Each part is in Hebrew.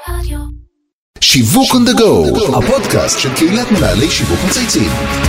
שיווק on the go, הפודקאסט של קהילת מנהלי שיווק מצייצים.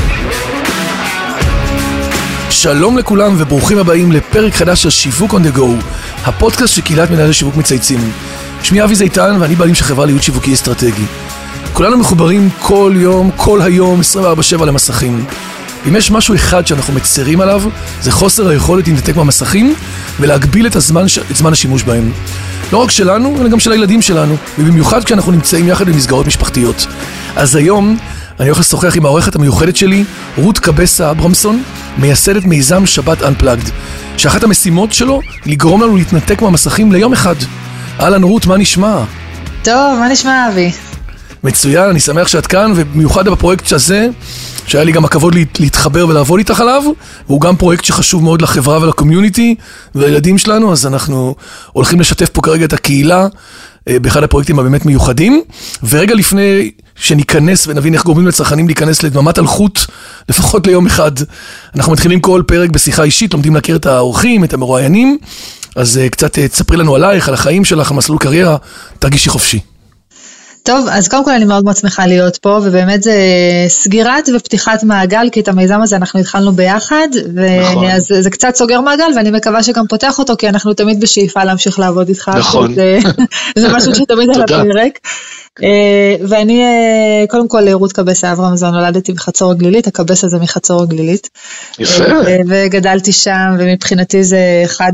שלום לכולם וברוכים הבאים לפרק חדש של שיווק on the go, הפודקאסט של קהילת מנהלי שיווק מצייצים. שמי אבי זיתן ואני בעלים של חברה לייעוץ שיווקי אסטרטגי. כולנו מחוברים כל יום, כל היום, 24/7 למסכים. אם יש משהו אחד שאנחנו מצרים עליו, זה חוסר היכולת להתנתק מהמסכים ולהגביל את זמן השימוש בהם. לא רק שלנו, אלא גם של הילדים שלנו, ובמיוחד כשאנחנו נמצאים יחד במסגרות משפחתיות. אז היום אני הולך לשוחח עם העורכת המיוחדת שלי, רות קבסה אברמסון, מייסדת מיזם שבת Unplugged, שאחת המשימות שלו היא לגרום לנו להתנתק מהמסכים ליום אחד. אהלן רות, מה נשמע? טוב, מה נשמע אבי? מצוין, אני שמח שאת כאן, ובמיוחד בפרויקט הזה, שהיה לי גם הכבוד להתחבר ולעבוד איתך עליו, והוא גם פרויקט שחשוב מאוד לחברה ולקומיוניטי ולילדים שלנו, אז אנחנו הולכים לשתף פה כרגע את הקהילה באחד הפרויקטים הבאמת מיוחדים. ורגע לפני שניכנס ונבין איך גורמים לצרכנים להיכנס לדממת אלחוט, לפחות ליום אחד, אנחנו מתחילים כל פרק בשיחה אישית, לומדים להכיר את האורחים, את המרואיינים, אז קצת תספרי לנו עלייך, על החיים שלך, על מסלול קריירה, תרגישי חופשי. טוב, אז קודם כל אני מאוד מאוד שמחה להיות פה, ובאמת זה סגירת ופתיחת מעגל, כי את המיזם הזה אנחנו התחלנו ביחד, אז זה קצת סוגר מעגל, ואני מקווה שגם פותח אותו, כי אנחנו תמיד בשאיפה להמשיך לעבוד איתך. נכון. זה משהו שתמיד על הפרק. ואני, קודם כל, רות קבסה אברמסון, נולדתי בחצור הגלילית, הקבסה זה מחצור הגלילית. יפה. וגדלתי שם, ומבחינתי זה אחד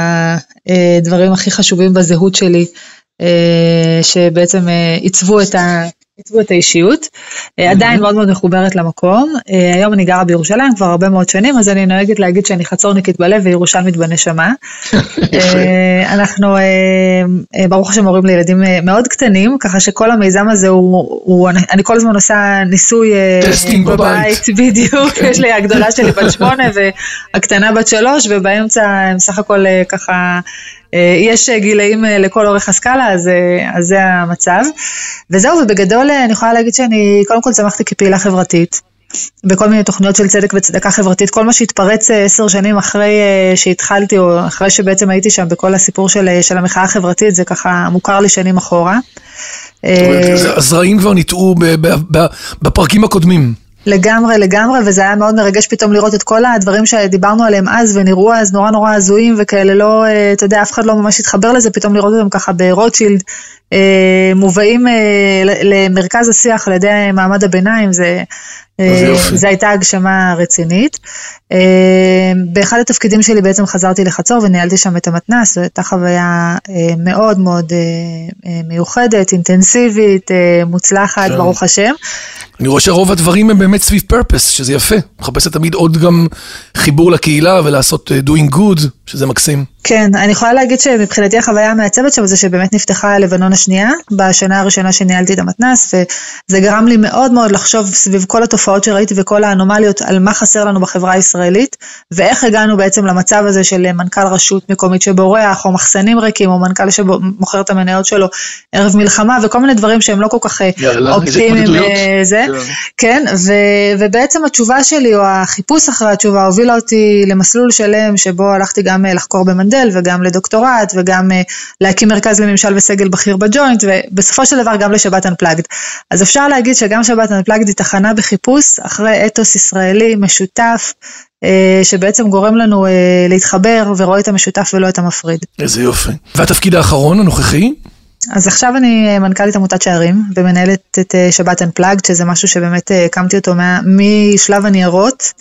הדברים הכי חשובים בזהות שלי, שבעצם עיצבו את האישיות, עדיין מאוד מאוד מחוברת למקום. היום אני גרה בירושלים כבר הרבה מאוד שנים, אז אני נוהגת להגיד שאני חצורניקית בלב וירושלמית בנשמה. אנחנו ברוך השם הורים לילדים מאוד קטנים, ככה שכל המיזם הזה אני כל הזמן עושה ניסוי בבית, בדיוק, יש לי הגדולה שלי בת 8 והקטנה בת 3, ובאמצע הם סך הכל ככה, יש גילאים לכל אורך הסקאלה, אז זה המצב. וזהו, ובגדול אני יכולה להגיד שאני קודם כל צמחתי כפעילה חברתית, בכל מיני תוכניות של צדק וצדקה חברתית, כל מה שהתפרץ 10 שנים אחרי שהתחלתי, או אחרי שבעצם הייתי שם בכל הסיפור של המחאה החברתית, זה ככה מוכר לי שנים אחורה. הזרעים כבר ניטעו בפרקים הקודמים. לגמרי, וזה היה מאוד מרגש פתאום לראות את כל הדברים שדיברנו עליהם אז, ונראו אז נורא הזויים וכאלה, לא, אתה יודע, אף אחד לא ממש התחבר לזה, פתאום לראות אותם ככה ברוטשילד, מובאים למרכז השיח על ידי מעמד הביניים, זה הייתה הגשמה רצינית. באחד התפקידים שלי בעצם חזרתי לחצור וניהלתי שם את המתנ"ס, זו הייתה חוויה מאוד מאוד מיוחדת, אינטנסיבית, מוצלחת, ברוך השם. אני רואה שרוב הדברים הם באמת סביב פרפס, שזה יפה. מחפשת תמיד עוד גם חיבור לקהילה ולעשות doing good, שזה מקסים. כן, אני יכולה להגיד שמבחינתי החוויה המעצבת שם זה שבאמת נפתחה לבנון השנייה, בשנה הראשונה שניהלתי את המתנ"ס, וזה גרם לי מאוד מאוד לחשוב סביב כל התופעות שראיתי וכל האנומליות על מה חסר לנו בחברה הישראלית, ואיך הגענו בעצם למצב הזה של מנכ"ל רשות מקומית שבורח, או מחסנים ריקים, או מנכ"ל שמוכר את המניות שלו ערב מלחמה, וכל מיני דברים שהם לא כל כך אופטימיים. כן, ובעצם התשובה שלי, או החיפוש אחרי התשובה, הובילה אותי למסלול שלם, שבו הלכתי גם לחקור במנדל, וגם לדוקטורט, וגם להקים מרכז לממשל וסגל בכיר בג'וינט, ובסופו של דבר גם לשבת Unplugged. אז אפשר להגיד שגם שבת Unplugged היא תחנה בחיפוש, אחרי אתוס ישראלי משותף, שבעצם גורם לנו להתחבר, ורואה את המשותף ולא את המפריד. איזה יופי. והתפקיד האחרון, הנוכחי? אז עכשיו אני מנכ"לית עמותת שערים, ומנהלת את שבת Unplugged, שזה משהו שבאמת הקמתי אותו משלב הניירות,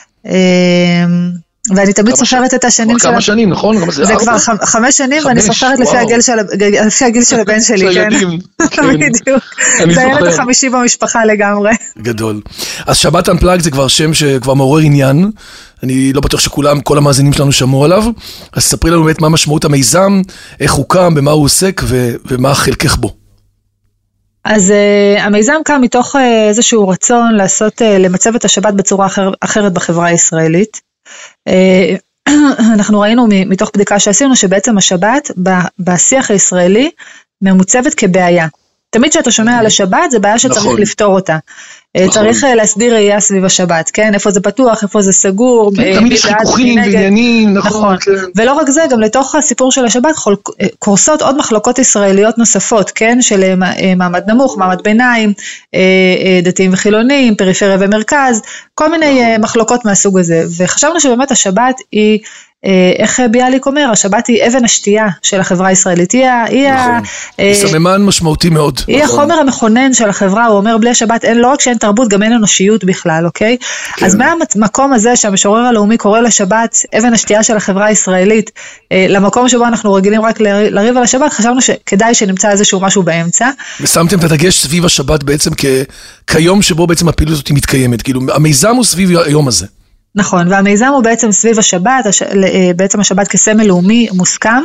ואני תמיד סופרת את השנים של... כמה שנים, נכון? זה כבר 5 שנים, ואני סופרת לפי הגיל של הבן שלי, כן? בדיוק. זה הילד ה-50 במשפחה לגמרי. גדול. אז שבת Unplugged זה כבר שם שכבר מעורר עניין, אני לא בטוח שכולם, כל המאזינים שלנו שמעו עליו, אז ספרי לנו באמת מה משמעות המיזם, איך הוא קם, במה הוא עוסק ומה חלקך בו. אז המיזם קם מתוך איזשהו רצון למצב את השבת בצורה אחרת בחברה הישראלית. אנחנו ראינו מתוך בדיקה שעשינו שבעצם השבת בשיח הישראלי ממוצבת כבעיה. תמיד שאתה שומע על השבת, זה בעיה שצריך לפתור אותה. צריך להסדיר ראייה סביב השבת, כן? איפה זה פתוח, איפה זה סגור. תמיד יש חיכוכים ועניינים, נכון. ולא רק זה, גם לתוך הסיפור של השבת קורסות עוד מחלוקות ישראליות נוספות, כן? של מעמד נמוך, מעמד ביניים, דתיים וחילונים, פריפריה ומרכז, כל מיני מחלוקות מהסוג הזה. וחשבנו שבאמת השבת היא, איך ביאליק אומר, השבת היא אבן השתייה של החברה הישראלית, היא סממן משמעותי מאוד. היא החומר המכונן של החברה, הוא אומר בלי השבת אין, לא רק שאין תרבות, גם אין אנושיות בכלל, אוקיי? אז מהמקום הזה שהמשורר הלאומי קורא לשבת אבן השתייה של החברה הישראלית, למקום שבו אנחנו רגילים רק לריב על השבת, חשבנו שכדאי שנמצא איזשהו משהו באמצע. ושמתם את הדגש סביב השבת בעצם כיום שבו בעצם הפעילות הזאת מתקיימת, כאילו המיזם הוא סביב היום הזה. נכון, והמיזם הוא בעצם סביב השבת, בעצם השבת כסמל לאומי מוסכם,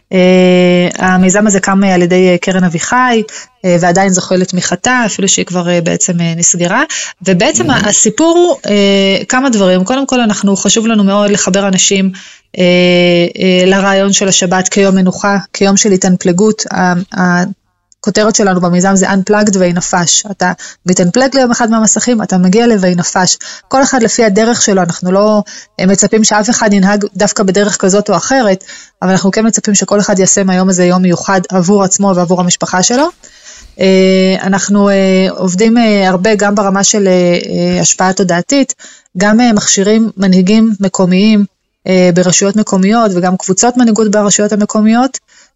המיזם הזה קם על ידי קרן אביחי, ועדיין זוכה לתמיכתה, אפילו שהיא כבר בעצם נסגרה, ובעצם הסיפור הוא כמה דברים, קודם כל חשוב לנו מאוד לחבר אנשים לרעיון של השבת כיום מנוחה, כיום של התאנפלגות, הכותרת שלנו במיזם זה Unplugged וינפש, אתה מתאנפלג ליום אחד מהמסכים, אתה מגיע לוינפש, כל אחד לפי הדרך שלו, אנחנו לא מצפים שאף אחד ינהג דווקא בדרך כזאת או אחרת, אבל אנחנו כן מצפים שכל אחד יעשה מהיום הזה יום מיוחד עבור עצמו ועבור המשפחה שלו. אנחנו עובדים הרבה גם ברמה של השפעה תודעתית, גם מכשירים מנהיגים מקומיים ברשויות מקומיות וגם קבוצות מנהיגות ברשויות המקומיות,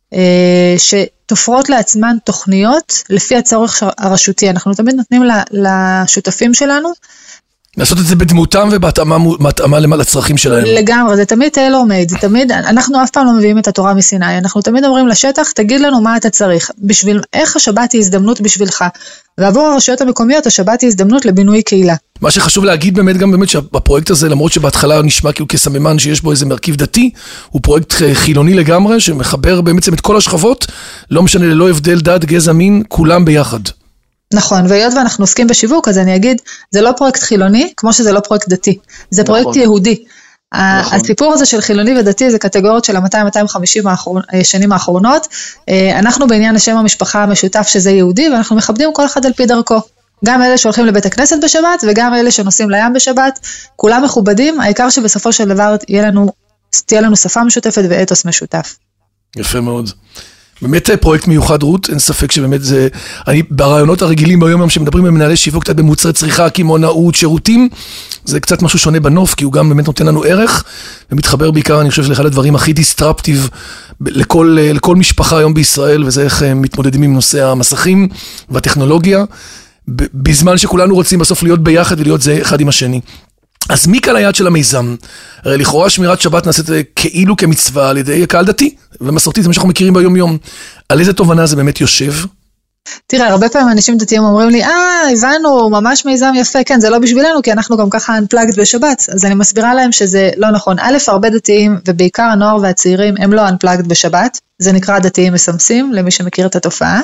שתופרות לעצמן תוכניות לפי הצורך הרשותי. אנחנו תמיד נותנים לשותפים שלנו לעשות את זה בדמותם ובהתאמה לצרכים שלהם. לגמרי, זה תמיד טיילור מייד, זה תמיד, אנחנו אף פעם לא מביאים את התורה מסיני, אנחנו תמיד אומרים לשטח, תגיד לנו מה אתה צריך, איך השבת היא הזדמנות בשבילך, ועבור הרשויות המקומיות, השבת היא הזדמנות לבינוי קהילה. מה שחשוב להגיד באמת שהפרויקט הזה, למרות שבהתחלה נשמע כאילו כסממן שיש בו איזה מרכיב דתי, הוא פרויקט חילוני לגמרי, שמחבר בעצם את כל השכבות, לא משנה ללא הבדל דת, גזע, מין, כולם ביחד. נכון, והיות ואנחנו עוסקים בשיווק, אז אני אגיד, זה לא פרויקט חילוני, כמו שזה לא פרויקט דתי, זה פרויקט יהודי. הסיפור הזה של חילוני ודתי, זה קטגוריות של 250 שנים האחרונות, אנחנו בעניין השם המשפחה המשותף שזה יהודי, ואנחנו מכבדים כל אחד על פי דרכו. גם אלה שהולכים לבית הכנסת בשבת, וגם אלה שנוסעים לים בשבת, כולם מכובדים, העיקר שבסופו של דבר תהיה לנו שפה משותפת ואתוס משותף. יפה מאוד. באמת פרויקט מיוחד רות, אין ספק שבאמת זה, ברעיונות הרגילים ביום שמדברים במנהלי שיווק, קצת במוצרי צריכה, קמעונאות, שירותים, זה קצת משהו שונה בנוף, כי הוא גם באמת נותן לנו ערך, ומתחבר בעיקר, אני חושב, לאחד הדברים הכי דיסטרפטיב לכל משפחה היום בישראל, וזה איך מתמודדים עם נושא המסכים והטכנולוגיה, בזמן שכולנו רוצים בסוף להיות ביחד ולהיות זה אחד עם השני. אז מי כאן היד של המיזם? הרי לכאורה שמירת שבת נעשית כאילו כמצווה על ידי קהל דתי, ומסורתית, זה מה שאנחנו מכירים ביום יום. על איזה תובנה זה באמת יושב? תראה, הרבה פעמים אנשים דתיים אומרים לי, הבנו, ממש מיזם יפה, כן, זה לא בשבילנו, כי אנחנו גם ככה unplugged בשבת, אז אני מסבירה להם שזה לא נכון. א', הרבה דתיים, ובעיקר הנוער והצעירים, הם לא unplugged בשבת, זה נקרא דתיים מסמסים, למי שמכיר את התופעה,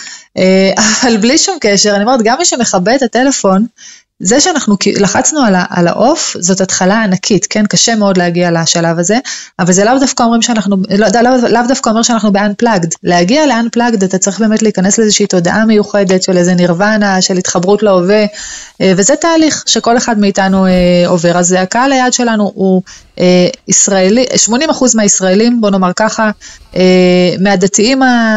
אבל בלי שום קשר, אני אומרת, גם מי שמכבה את הטלפון, זה שאנחנו לחצנו על העוף, זאת התחלה ענקית, כן, קשה מאוד להגיע לשלב הזה, אבל זה לאו דווקא אומר שאנחנו ב-unplugged, להגיע ל-unplugged, אתה צריך באמת להיכנס לאיזושהי תודעה מיוחדת, של איזה נירוונה, של התחברות להווה, וזה תהליך שכל אחד מאיתנו עובר, אז הקהל היעד שלנו הוא ישראלי, 80% מהישראלים, בוא נאמר ככה, מהדתיים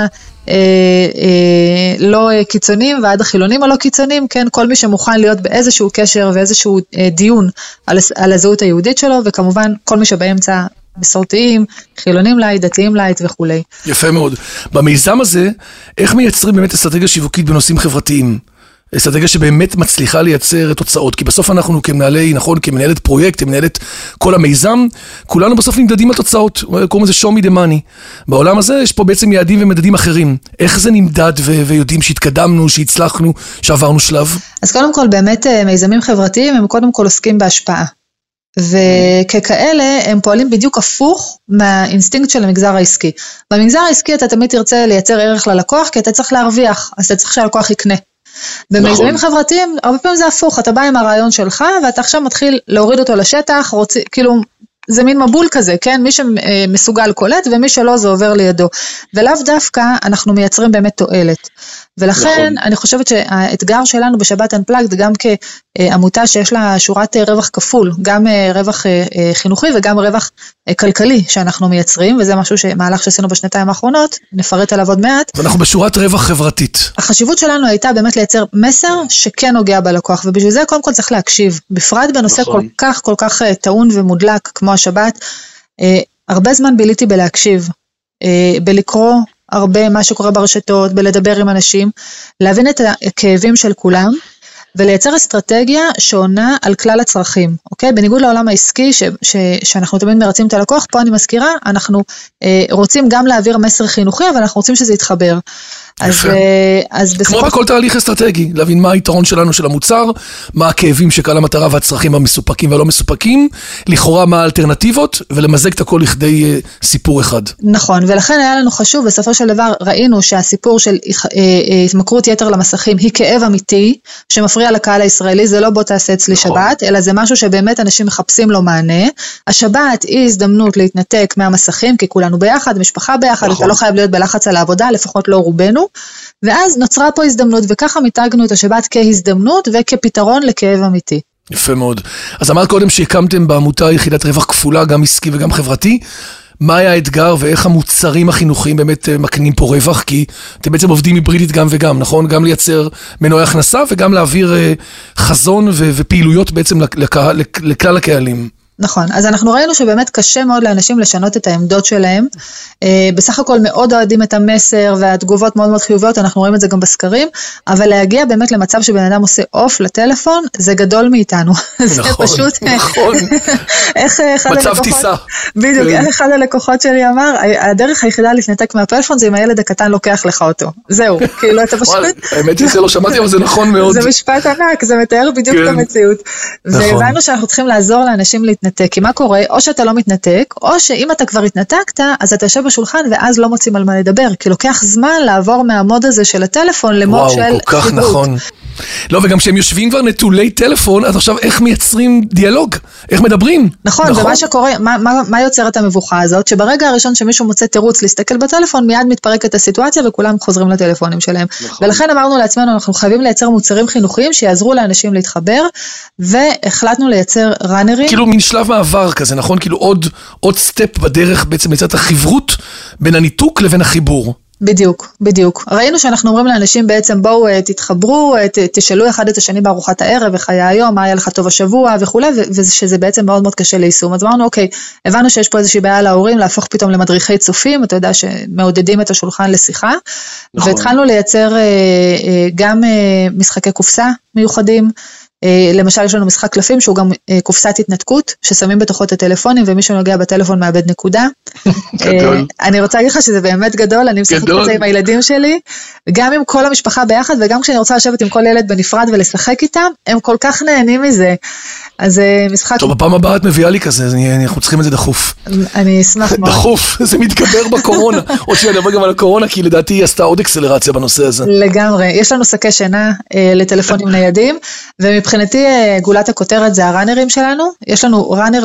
לא קיצונים ועד החילונים הלא קיצונים, כן, כל מי שמוכן להיות באיזשהו קשר ואיזשהו דיון על הזהות היהודית שלו, וכמובן כל מי שבאמצע מסורתיים, חילונים לייט, דתיים לייט וכו'. יפה מאוד. במיזם הזה, איך מייצרים באמת אסטרטגיה שיווקית בנושאים חברתיים? אסטרטגיה שבאמת מצליחה לייצר תוצאות, כי בסוף אנחנו כמנהלי, נכון, כמנהלת פרויקט, כמנהלת כל המיזם, כולנו בסוף נמדדים על תוצאות, קוראים לזה show me the money. בעולם הזה יש פה בעצם יעדים ומדדים אחרים. איך זה נמדד ויודעים שהתקדמנו, שהצלחנו, שעברנו שלב? אז קודם כל באמת מיזמים חברתיים הם קודם כל עוסקים בהשפעה. וככאלה הם פועלים בדיוק הפוך מהאינסטינקט של המגזר העסקי. במגזר העסקי אתה תמיד תרצה לייצר ערך ללקוח, כי אתה צריך להרוויח, אז אתה צריך שהלקוח יקנה. במיזמים חברתיים, הרבה פעמים זה הפוך, אתה בא עם הרעיון שלך, ואתה עכשיו מתחיל להוריד אותו לשטח, כאילו, זה מין מבול כזה, כן? מי שמסוגל קולט ומי שלא זה עובר לידו. ולאו דווקא אנחנו מייצרים באמת תועלת. ולכן אני חושבת שהאתגר שלנו בשבת Unplugged, גם כעמותה שיש לה שורת רווח כפול, גם רווח חינוכי וגם רווח כלכלי שאנחנו מייצרים, וזה משהו שמהלך שעשינו בשנתיים האחרונות, נפרט עליו עוד מעט. ואנחנו בשורת רווח חברתית. החשיבות שלנו הייתה באמת לייצר מסר שכן נוגע בלקוח, ובשביל זה קודם כל צריך להקשיב, בפרט בנושא כל כך טעון ומודלק כמו השבת. הרבה זמן ביליתי בלהקשיב, בלקרוא הרבה מה שקורה ברשתות, בלדבר עם אנשים, להבין את הכאבים של כולם, ולייצר אסטרטגיה שעונה על כלל הצרכים, אוקיי? בניגוד לעולם העסקי, שאנחנו תמיד מרצים את הלקוח, פה אני מזכירה, אנחנו רוצים גם להעביר מסר חינוכי, אבל אנחנו רוצים שזה יתחבר. כמו בכל תהליך אסטרטגי, להבין מה היתרון שלנו של המוצר, מה הכאבים שקהל המטרה והצרכים המסופקים והלא מסופקים, לכאורה מה האלטרנטיבות, ולמזג את הכל לכדי סיפור אחד. נכון, ולכן היה לנו חשוב, בסופו של דבר ראינו שהסיפור של התמכרות יתר למסכים היא כאב אמיתי, שמפריע לקהל הישראלי, זה לא בוא תעשה אצלי שבת, אלא זה משהו שבאמת אנשים מחפשים לו מענה. השבת היא הזדמנות להתנתק מהמסכים, כי כולנו ביחד, משפחה ביחד, אתה לא חייב להיות בלחץ על העבודה, לפחות לא רובנו. ואז נוצרה פה הזדמנות, וככה מיתגנו את השבת כהזדמנות וכפתרון לכאב אמיתי. יפה מאוד. אז אמרת קודם שהקמתם בעמותה יחידת רווח כפולה, גם עסקי וגם חברתי. מה היה האתגר ואיך המוצרים החינוכיים באמת מקנים פה רווח? כי אתם בעצם עובדים היברידית גם וגם, נכון? גם לייצר מנועי הכנסה וגם להעביר חזון ופעילויות בעצם לכלל הקהלים. נכון, אז אנחנו ראינו שבאמת קשה מאוד לאנשים לשנות את העמדות שלהם, בסך הכל מאוד אוהדים את המסר והתגובות מאוד מאוד חיוביות, אנחנו רואים את זה גם בסקרים, אבל להגיע באמת למצב שבן אדם עושה אוף לטלפון, זה גדול מאיתנו. נכון, נכון. מצב טיסה. בדיוק, איך אחד הלקוחות שלי אמר, הדרך היחידה להתנתק מהפלאפון זה אם הילד הקטן לוקח לך אותו. זהו, כאילו אתה פשוט... האמת היא זה לא שמעתי, אבל זה נכון מאוד. זה משפט ענק, זה מתאר בדיוק את המציאות. והבנו שאנחנו צריכים לעזור לאנשים להתנתק, כי מה קורה? או שאתה לא מתנתק, או שאם אתה כבר התנתקת, אז אתה יושב בשולחן ואז לא מוצאים על מה לדבר, כי לוקח זמן לעבור מהמוד הזה של הטלפון למוד של חיבור. כל כך נכון. לא, וגם כשהם יושבים כבר נטולי טלפון, אז עכשיו איך מייצרים דיאלוג? איך מדברים? נכון, ומה שקורה, מה יוצר את המבוכה הזאת? שברגע הראשון שמישהו מוצא תירוץ להסתכל בטלפון, מיד מתפרקת הסיטואציה וכולם חוזרים לטלפונים שלהם. ולכן אמרנו לעצמנו, אנחנו חייבים לייצר מוצרים חינוכיים שיעזרו לאנשים להתחבר, והחלטנו לייצר ראנרים. כאילו מין שלב מעבר כזה, נכון? כאילו עוד סטפ בדרך בעצם לייצר את החברות בין הניתוק לבין החיבור. בדיוק, בדיוק. ראינו שאנחנו אומרים לאנשים בעצם בואו תתחברו, תשאלו אחד את השני בארוחת הערב, וחיי היום, מה היה לך טוב השבוע וכו', ושזה בעצם מאוד מאוד קשה ליישום. אז אמרנו, אוקיי, הבנו שיש פה איזושהי בעיה להורים, להפוך פתאום למדריכי צופים, אתה יודע שמעודדים את השולחן לשיחה, נכון. והתחלנו לייצר גם משחקי קופסה מיוחדים, למשל יש לנו משחק קלפים שהוא גם קופסת התנתקות, ששמים בתוכו את הטלפונים ומי שנוגע בטלפון מאבד נקודה. אני רוצה להגיד לך שזה באמת גדול, אני משחקת את זה עם הילדים שלי, גם עם כל המשפחה ביחד וגם כשאני רוצה לשבת עם כל ילד בנפרד ולשחק איתם, הם כל כך נהנים מזה. אז משחק... טוב, בפעם הבאה את מביאה לי כזה, אנחנו צריכים את זה דחוף. אני אשמח מאוד. דחוף, זה מתגבר בקורונה. או שנדבר גם על הקורונה, כי לדעתי היא עשתה עוד אקסלרציה בנושא הזה. לגמרי, יש לנו שקי שינה לטלפונים ניידים, ומבחינתי גולת הכותרת זה הראנרים שלנו. יש לנו ראנר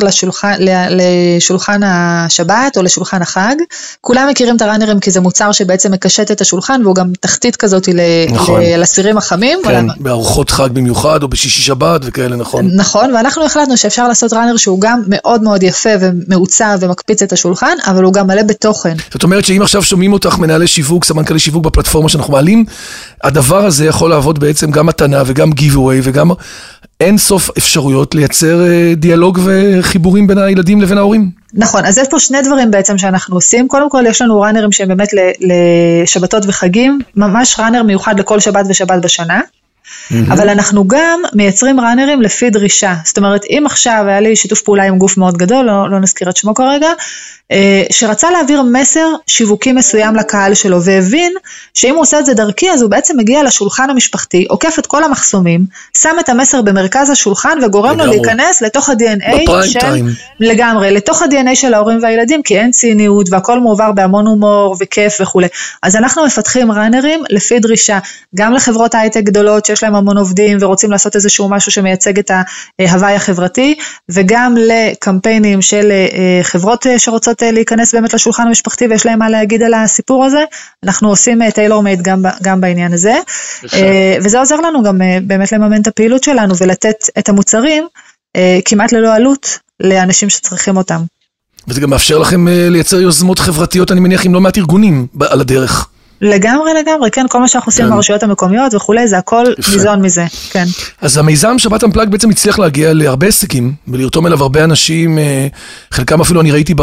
לשולחן השבת או לשולחן החג. כולם מכירים את הראנרים כי זה מוצר שבעצם מקשט את השולחן, והוא גם תחתית כזאת לסירים החמים. כן, בארוחות חג במיוחד או בשישי שבת וכאלה, נכון. נכון, ואנחנו החלטנו שאפשר לעשות ראנר שהוא גם מאוד מאוד יפה ומעוצב ומקפיץ את השולחן, אבל הוא גם מלא בתוכן. זאת אומרת שאם עכשיו שומעים אותך מנהלי שיווק, סמנכ"לי שיווק בפלטפורמה שאנחנו מעלים, הדבר הזה יכול לעבוד בעצם גם מתנה וגם giveaway וגם אין סוף אפשרויות לייצר דיאלוג וחיבורים בין הילדים לבין ההורים. נכון, אז יש פה שני דברים בעצם שאנחנו עושים. קודם כל יש לנו ראנרים שהם באמת לשבתות וחגים, ממש ראנר מיוחד לכל שבת ושבת בשנה. אבל אנחנו גם מייצרים ראנרים לפי דרישה, זאת אומרת אם עכשיו היה לי שיתוף פעולה עם גוף מאוד גדול, לא נזכיר את שמו כרגע, שרצה להעביר מסר שיווקי מסוים לקהל שלו, והבין שאם הוא עושה את זה דרכי, אז הוא בעצם מגיע לשולחן המשפחתי, עוקף את כל המחסומים, שם את המסר במרכז השולחן, וגורם לו להיכנס לתוך ה-DNA של, לגמרי, לתוך ה-DNA של ההורים והילדים, כי אין ציניות, והכל מועבר בהמון הומור וכיף וכו'. אז אנחנו מפתחים ראנרים לפי דרישה, גם לחברות הייטק גדולות, שיש להם המון עובדים ורוצים לעשות איזשהו משהו שמייצג את ההוואי החברתי, וגם לקמפיינים של חברות שרוצות להיכנס באמת לשולחן המשפחתי ויש להם מה להגיד על הסיפור הזה, אנחנו עושים טיילור מייד גם בעניין הזה, וזה עוזר לנו גם באמת לממן את הפעילות שלנו ולתת את המוצרים כמעט ללא עלות לאנשים שצריכים אותם. וזה גם מאפשר לכם לייצר יוזמות חברתיות, אני מניח, עם לא מעט ארגונים על הדרך. לגמרי, כן, כל מה שאנחנו עושים ברשויות המקומיות וכולי, זה הכל ניזון מזה, כן. אז המיזם שבת אנפלאגד בעצם הצליח להגיע להרבה עסקים, ולרתום אליו הרבה אנשים, חלקם אפילו אני ראיתי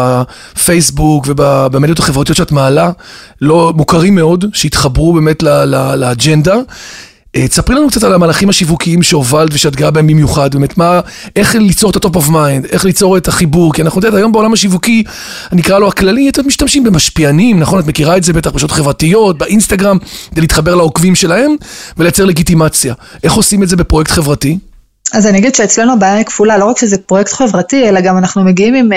בפייסבוק ובמדיות החברתיות שאת מעלה, לא מוכרים מאוד, שהתחברו באמת לאג'נדה. תספרי לנו קצת על המהלכים השיווקיים שהובלת ושאת גאה בהם במיוחד, באמת איך ליצור את הטופ אוף מיינד, איך ליצור את החיבור, כי אנחנו יודעת, היום בעולם השיווקי, אני אקרא לו הכללי, אתם משתמשים במשפיענים, נכון? את מכירה את זה בטח ברשתות חברתיות, באינסטגרם, כדי להתחבר לעוקבים שלהם, ולייצר לגיטימציה. איך עושים את זה בפרויקט חברתי? אז אני אגיד שאצלנו הבעיה היא כפולה, לא רק שזה פרויקט חברתי, אלא גם אנחנו מגיעים עם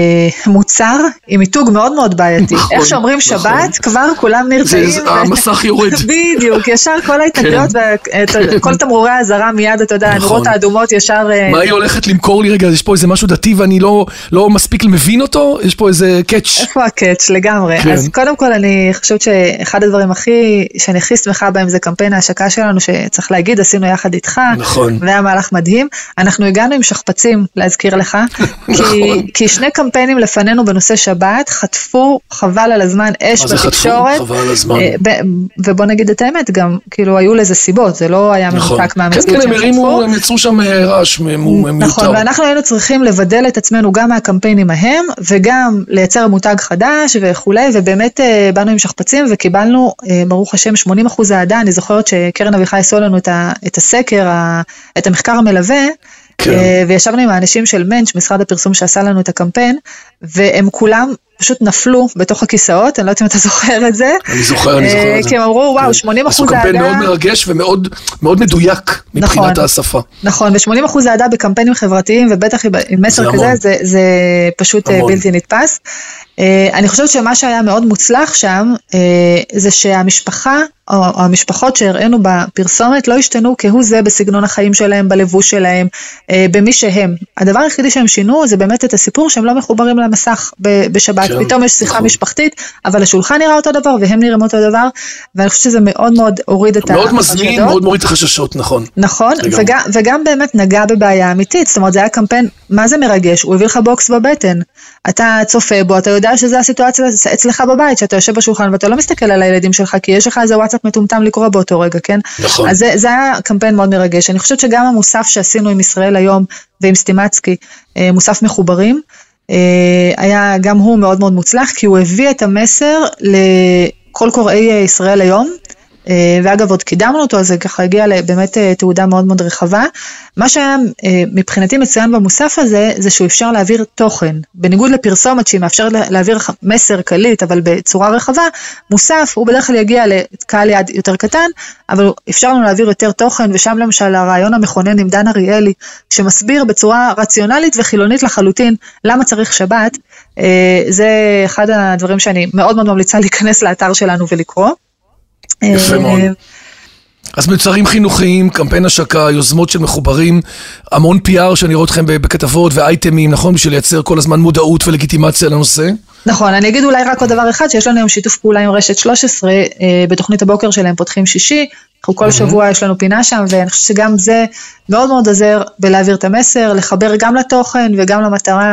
מוצר, עם מיתוג מאוד מאוד בעייתי. איך שאומרים שבת, כבר כולם נרתעים. המסך יורד. בדיוק, ישר כל ההתנגדויות, כל תמרורי האזהרה מיד, אתה יודע, הנורות האדומות ישר... מה היא הולכת למכור לי? רגע, יש פה איזה משהו דתי ואני לא מספיק מבין יש פה איזה קאץ'. איפה הקאץ' לגמרי? אז קודם כל אני חושבת שאחד הדברים שאני הכי שמחה בהם זה קמפיין ההשקה שלנו, שצריך להגיד, עשינו יחד איתך, והיה מהלך מדהים. אנחנו הגענו עם שכפצים, להזכיר לך, כי שני קמפיינים לפנינו בנושא שבת, חטפו חבל על הזמן אש בתקשורת, ובוא נגיד את האמת, גם כאילו היו לזה סיבות, זה לא היה מנותק מהמציאות שהם חטפו. הם יצרו שם רעש מיותר. נכון, ואנחנו היינו צריכים לבדל את עצמנו גם מהקמפיינים ההם, וגם לייצר מותג חדש וכולי, ובאמת באנו עם שכפצים וקיבלנו, ברוך השם, 80% העדה. אני זוכרת שקרן אביחי עשו לנו את הסקר, את המחקר המלווה, וישבנו עם האנשים של מנץ', משרד הפרסום שעשה לנו את הקמפיין, והם כולם פשוט נפלו בתוך הכיסאות, אני לא יודעת אם אתה זוכר את זה. אני זוכר את זה. כי הם אמרו, וואו, 80% העדה... עשו קמפיין מאוד מרגש ומאוד מדויק מבחינת השפה. נכון, ו80% העדה בקמפיינים חברתיים, ובטח עם מסר כזה, זה פשוט בלתי נתפס. אני חושבת שמה שהיה מאוד מוצלח שם, זה שהמשפחה, או המשפחות שהראינו בפרסומת, לא השתנו כהוא זה בסגנון החיים שלהם, בלבוש שלהם, במי שהם. הדבר היחידי שהם שינו, זה באמת את הסיפור שהם לא מחוברים למסך בשבת. פתאום יש שיחה משפחתית, אבל השולחן נראה אותו דבר, והם נראים אותו דבר, ואני חושבת שזה מאוד מאוד הוריד את מאוד מזמין, מאוד מוריד את החששות, נכון. נכון, וגם באמת נגע בבעיה אמיתית, זאת אומרת, זה היה קמפיין, מה זה מרגש? הוא הביא לך בוקס בבטן, אתה צופה בו, אתה יודע שזה הסיטואציה אצלך בבית, שאתה יושב בשולחן ואתה לא מסתכל על הילדים שלך, כי יש לך איזה וואטסאפ מטומטם לקרוא באותו רגע, כן? נכון. אז זה היה קמפיין מאוד מרגש. אני חושבת שגם המוסף שעשינו עם ישראל היום, ועם סטימצקי, מוסף מחוברים, היה גם הוא מאוד מאוד מוצלח, כי הוא הביא את המסר לכל קוראי ישראל היום, ואגב עוד קידמנו אותו, אז זה ככה הגיע באמת תעודה מאוד מאוד רחבה. מה שהיה מבחינתי מצוין במוסף הזה, זה שהוא אפשר להעביר תוכן, בניגוד לפרסומת שהיא מאפשרת להעביר מסר קליט, אבל בצורה רחבה, מוסף הוא בדרך כלל יגיע לקהל יעד יותר קטן, אבל אפשר לנו להעביר יותר תוכן, ושם למשל הרעיון המכונן עם דן אריאלי, שמסביר בצורה רציונלית וחילונית לחלוטין, למה צריך שבת, זה אחד הדברים שאני מאוד מאוד ממליצה להיכנס לאתר שלנו ולקרוא. יפה מאוד. אז מוצרים חינוכיים, קמפיין השקה, יוזמות של מחוברים, המון PR שאני רואה אתכם בכתבות ואייטמים, נכון? בשביל לייצר כל הזמן מודעות ולגיטימציה לנושא. נכון, אני אגיד אולי רק עוד דבר אחד, שיש לנו היום שיתוף פעולה עם רשת 13, בתוכנית הבוקר שלהם פותחים שישי, כל שבוע יש לנו פינה שם, ואני חושבת שגם זה מאוד מאוד עזר בלהעביר את המסר, לחבר גם לתוכן וגם למטרה,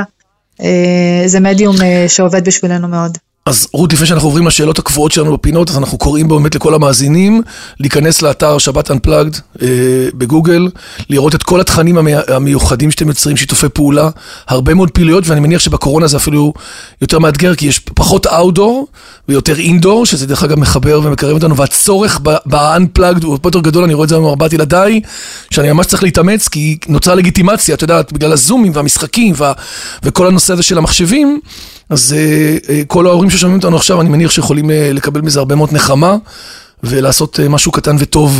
זה מדיום שעובד בשבילנו מאוד. אז רות, לפני שאנחנו עוברים לשאלות הקבועות שלנו בפינות, אז אנחנו קוראים באמת לכל המאזינים, להיכנס לאתר שבת אנפלאגד בגוגל, לראות את כל התכנים המיוחדים שאתם יוצרים, שיתופי פעולה, הרבה מאוד פעילויות, ואני מניח שבקורונה זה אפילו יותר מאתגר, כי יש פחות אאוטדור ויותר אינדור, שזה דרך אגב מחבר ומקרב אותנו, והצורך באנפלאגד הוא יותר גדול, אני רואה את זה עם 4 ילדיי, שאני ממש צריך להתאמץ, כי נוצרה לגיטימציה, אתה יודע, בגלל הזומים והמשחקים וכל הנושא הזה של המחשבים, אז כל ההורים ששומעים אותנו עכשיו, אני מניח שיכולים לקבל מזה הרבה מאוד נחמה, ולעשות משהו קטן וטוב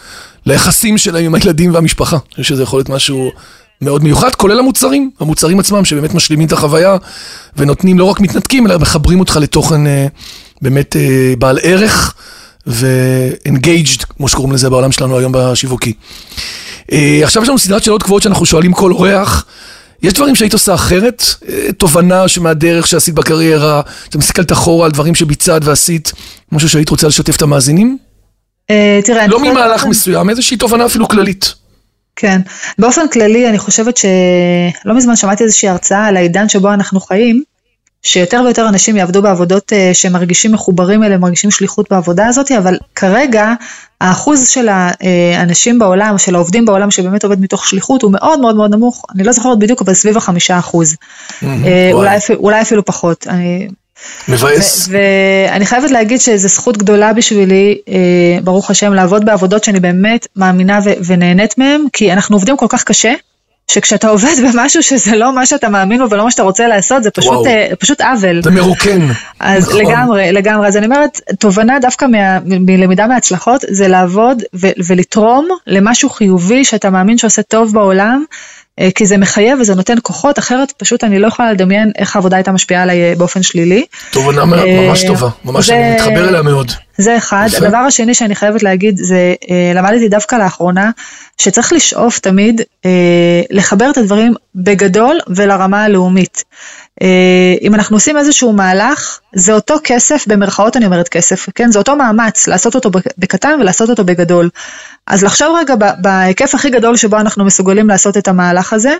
ליחסים שלהם עם הילדים והמשפחה. אני חושב שזה יכול להיות משהו מאוד מיוחד, כולל המוצרים עצמם, שבאמת משלימים את החוויה, ונותנים לא רק מתנתקים, אלא מחברים אותך לתוכן באמת בעל ערך, ו-engaged, כמו שקוראים לזה בעולם שלנו היום בשיווקי. עכשיו יש לנו סדרת שאלות קבועות שאנחנו שואלים כל אורח, יש דברים שהיית עושה אחרת? תובנה שמהדרך שעשית בקריירה, אתה מסתכלת אחורה על דברים שביצעת ועשית, משהו שהיית רוצה לשתף את המאזינים? תראה, לא ממהלך מסוים, איזושהי תובנה אפילו כללית. כן, באופן כללי אני חושבת שלא מזמן שמעתי איזושהי הרצאה על העידן שבו אנחנו חיים, שיותר ויותר אנשים יעבדו בעבודות שמרגישים מחוברים אליהם, מרגישים שליחות בעבודה הזאת, אבל כרגע האחוז של האנשים בעולם, של העובדים בעולם שבאמת עובד מתוך שליחות, הוא מאוד מאוד מאוד נמוך, אני לא זוכרת בדיוק, אבל סביב 5%, אולי אפילו פחות. מבאס. ואני חייבת להגיד שזו זכות גדולה בשבילי, ברוך השם, לעבוד בעבודות שאני באמת מאמינה ונהנית מהם, כי אנחנו עובדים כל כך קשה, שכשאתה עובד במשהו שזה לא מה שאתה מאמין בו ולא מה שאתה רוצה לעשות, זה פשוט עוול. זה מרוקן. אז לגמרי. אז אני אומרת, תובנה דווקא מלמידה מההצלחות, זה לעבוד ולתרום למשהו חיובי שאתה מאמין שעושה טוב בעולם, כי זה מחייב וזה נותן כוחות, אחרת פשוט אני לא יכולה לדמיין איך העבודה הייתה משפיעה עליי באופן שלילי. תובנה ממש טובה, ממש אני מתחבר אליה מאוד. זה אחד. הדבר השני שאני חייבת להגיד, זה למדתי דווקא לאחרונה, שצריך לשאוף תמיד לחבר את הדברים בגדול ולרמה הלאומית. אם אנחנו עושים איזשהו מהלך, זה אותו כסף, במרכאות אני אומרת כסף, כן? זה אותו מאמץ, לעשות אותו בקטן ולעשות אותו בגדול. אז לחשוב רגע בהיקף הכי גדול שבו אנחנו מסוגלים לעשות את המהלך הזה,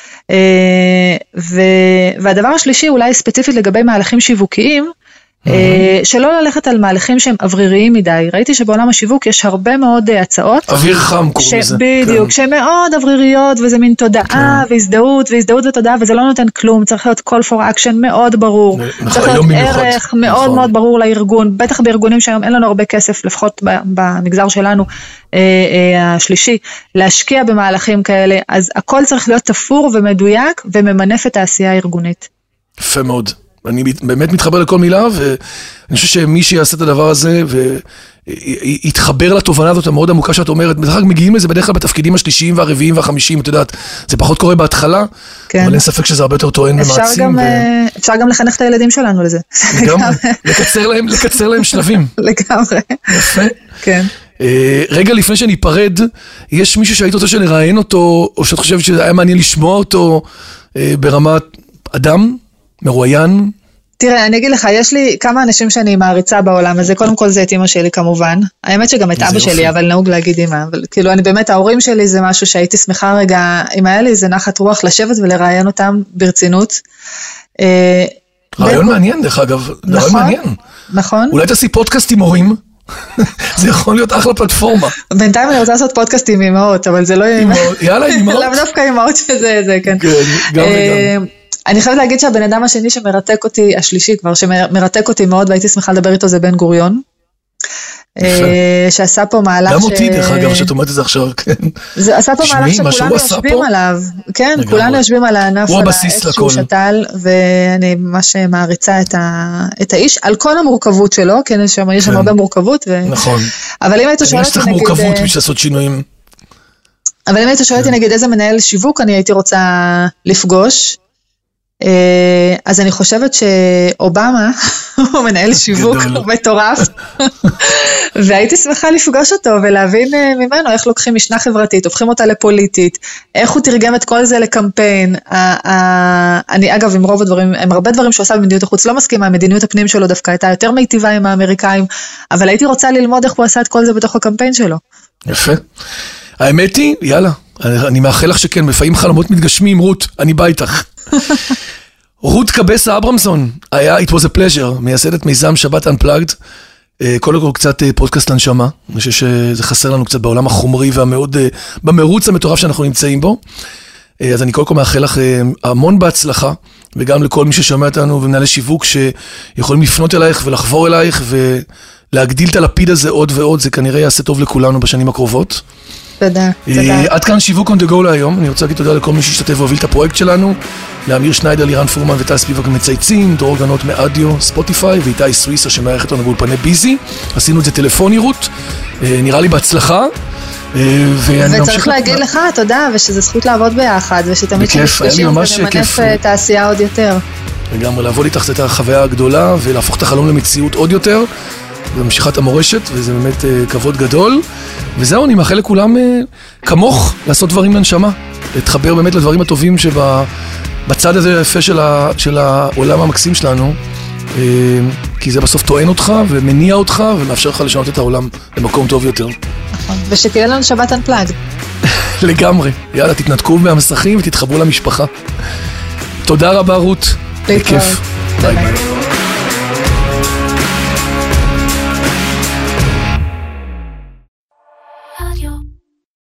והדבר השלישי אולי ספציפית לגבי מהלכים שיווקיים, שלא ללכת על מהלכים שהם אווריריים מדי. ראיתי שבעולם השיווק יש הרבה מאוד הצעות. אוויר חם קוראים לזה. בדיוק, שהן מאוד אווריריות, וזה מין תודעה והזדהות ותודעה, וזה לא נותן כלום, צריך להיות call for action מאוד ברור. צריך להיות ערך מאוד מאוד ברור לארגון, בטח בארגונים שהיום אין לנו הרבה כסף, לפחות במגזר שלנו השלישי, להשקיע במהלכים כאלה, אז הכל צריך להיות תפור ומדויק, וממנף את העשייה הארגונית. יפה מאוד. אני באמת מתחבר לכל מילה, ואני חושב שמי שיעשה את הדבר הזה, ויתחבר לתובנה הזאת המאוד עמוקה שאת אומרת, בדרך כלל מגיעים לזה בדרך כלל בתפקידים השלישיים והרביעים והחמישיים, את יודעת, זה פחות קורה בהתחלה, כן. אבל אין ספק שזה הרבה יותר טוען ומעצים. אפשר גם לחנך את הילדים שלנו לזה. גם, לקצר להם שלבים. לגמרי. יפה. כן. רגע לפני שניפרד, יש מישהו שהיית רוצה שנראיין אותו, או שאת חושבת שזה היה מעניין לשמוע אותו, ברמת אדם? מרואיין? תראה, אני אגיד לך, יש לי כמה אנשים שאני מעריצה בעולם הזה, קודם כל זה את אמא שלי כמובן, האמת שגם את אבא שלי, אבל נהוג להגיד אמא, אבל כאילו אני באמת, ההורים שלי זה משהו שהייתי שמחה רגע, אם היה לי זה נחת רוח לשבת ולראיין אותם ברצינות. רעיון מעניין דרך אגב, רעיון מעניין. נכון. אולי תעשי פודקאסט עם הורים? זה יכול להיות אחלה פלטפורמה. בינתיים אני רוצה לעשות פודקאסטים עם אמהות, אבל זה לא יאללה, עם אמהות. לאו דווקא עם אמהות שזה, כן. גם וגם. אני חייבת להגיד שהבן אדם השני שמרתק אותי, השלישי כבר, שמרתק אותי מאוד, והייתי שמחה לדבר איתו, זה בן גוריון. שעשה פה מהלך גם אותי, דרך אגב, שאת אומרת את זה עכשיו, כן. עשה פה מהלך שכולנו יושבים עליו. כן, כולנו יושבים על הענף, על העץ שהוא שתל, ואני ממש מעריצה את האיש, על כל המורכבות שלו, כן, יש שם הרבה מורכבות. נכון. אבל אם היית שואלת, יש לך מורכבות בשביל לעשות שינויים. אבל אם היית שואלת, נגיד, איזה מנהל שיווק אני הייתי רוצה לפגוש, אז אני חושבת שאובמה הוא מנהל שיווק מטורף, והייתי שמחה לפגוש אותו ולהבין ממנו איך לוקחים משנה חברתית, הופכים אותה לפוליטית, איך הוא תרגם את כל זה לקמפיין. אני אגב עם רוב הדברים, עם הרבה דברים שהוא עשה במדיניות החוץ, לא מסכימה, המדיניות הפנים שלו דווקא הייתה יותר מיטיבה עם האמריקאים, אבל הייתי רוצה ללמוד איך הוא עשה את כל זה בתוך הקמפיין שלו. יפה. האמת היא, יאללה, אני מאחל לך שכן, לפעמים חלומות מתגשמים, רות, אני בא איתך. רות קבסה אברמסון, it was a pleasure, מייסדת מיזם שבת Unplugged, קודם כל קצת פודקאסט לנשמה, אני חושב שזה חסר לנו קצת בעולם החומרי והמאוד, במרוץ המטורף שאנחנו נמצאים בו, אז אני קודם כל מאחל לך המון בהצלחה, וגם לכל מי ששומע אותנו ומנהלי שיווק שיכולים לפנות אלייך ולחבור אלייך ולהגדיל את הלפיד הזה עוד ועוד, זה כנראה יעשה טוב לכולנו בשנים הקרובות. תודה. עד כאן שיווק on the go להיום, אני רוצה להגיד תודה לכל מי שהשתתף והוביל את הפרויקט שלנו, לאמיר שניידר, לירן פורמן וטל ספיבק מצייצים, דרור גנות מאדיו, ספוטיפיי ואיתי סוויסה שמערכת לנו באולפני ביזי, עשינו את זה טלפוני רות, נראה לי בהצלחה, וצריך להגיד לך תודה, ושזה זכות לעבוד ביחד, ושתמיד שנפגשים ונמנף את העשייה עוד יותר. וגם לעבוד איתך את החוויה הגדולה, ולהפוך את החלום למציאות עוד יותר, וממשיכת המורשת, וזה באמת כבוד גדול. וזהו, אני מאחל לכולם כמוך לעשות דברים לנשמה, להתחבר באמת לדברים הטובים שבצד הזה היפה של העולם המקסים שלנו, כי זה בסוף טוען אותך ומניע אותך ומאפשר לך לשנות את העולם למקום טוב יותר. נכון, ושתהיה לנו שבת אנפלאג. לגמרי. יאללה, תתנתקו מהמסכים ותתחברו למשפחה. תודה רבה, רות. בכיף. ביי ביי. Radio